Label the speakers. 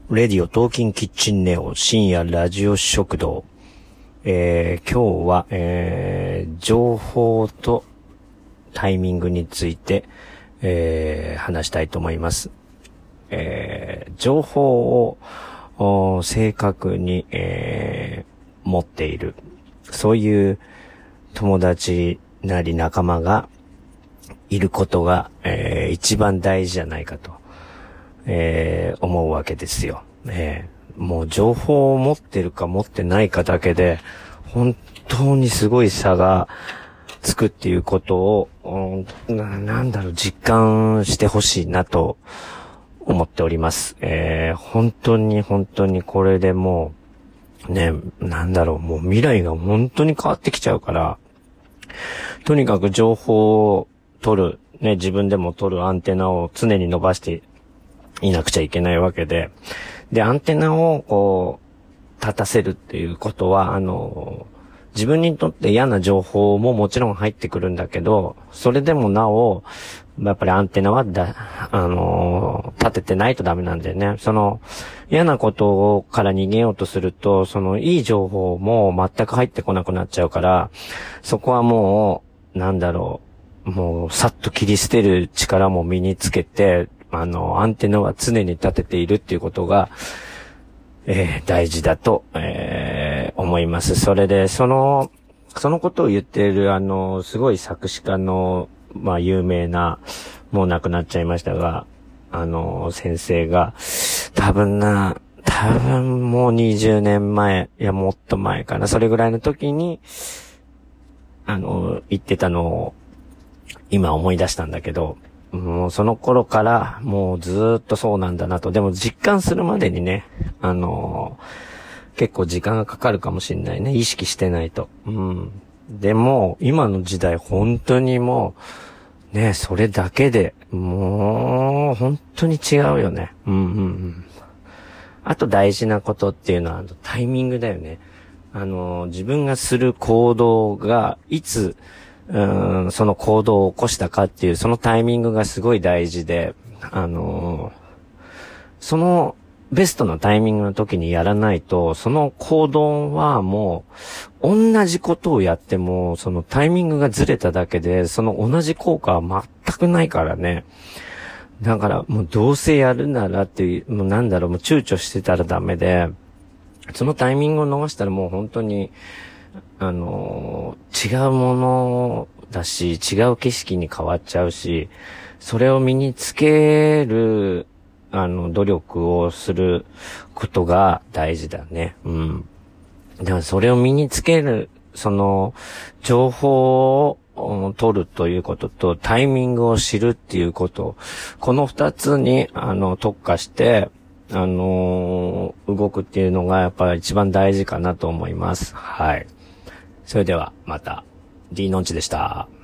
Speaker 1: レディオトーキンキッチンネオ深夜ラジオ食堂。今日は、情報とタイミングについて、話したいと思います。情報を正確に、持っている。そういう友達なり仲間がいることが、一番大事じゃないかと、思うわけですよ。もう情報を持ってるか持ってないかだけで本当にすごい差がつくっていうことを、実感してほしいなと思っております。本当にこれでもうね、もう未来が本当に変わってきちゃうから、とにかく情報を取る、ね、自分でも取るアンテナを常に伸ばしていなくちゃいけないわけで、で、アンテナを立たせるっていうことは、自分にとって嫌な情報ももちろん入ってくるんだけど、それでもなお、やっぱりアンテナは立ててないとダメなんだよね。その、嫌なことから逃げようとすると、その、いい情報も全く入ってこなくなっちゃうから、そこはもう、もう、さっと切り捨てる力も身につけて、アンテナは常に立てているっていうことが、大事だと、思います。それで、そのことを言っている、すごい作詞家の、有名な、もう亡くなっちゃいましたが、先生が、多分もう20年前、いや、もっと前かな、それぐらいの時に、言ってたのを、今思い出したんだけど、もうその頃からもうずーっとそうなんだなと。でも実感するまでにね、結構時間がかかるかもしれないね。意識してないと。でも今の時代本当にもうね、それだけでもう本当に違うよね。あと大事なことっていうのはタイミングだよね。自分がする行動がいつその行動を起こしたかっていう、そのタイミングがすごい大事で、そのベストなタイミングの時にやらないと、その行動はもう、同じことをやっても、そのタイミングがずれただけで、その同じ効果は全くないからね。だからもうどうせやるならっていう、もう躊躇してたらダメで、そのタイミングを逃したらもう本当に、違うものだし、違う景色に変わっちゃうし、それを身につける、努力をすることが大事だね。だからそれを身につける、その、情報を取るということと、タイミングを知るっていうこと、この二つに、特化して、動くっていうのがやっぱり一番大事かなと思います。はい。それではまた、Dのんちでした。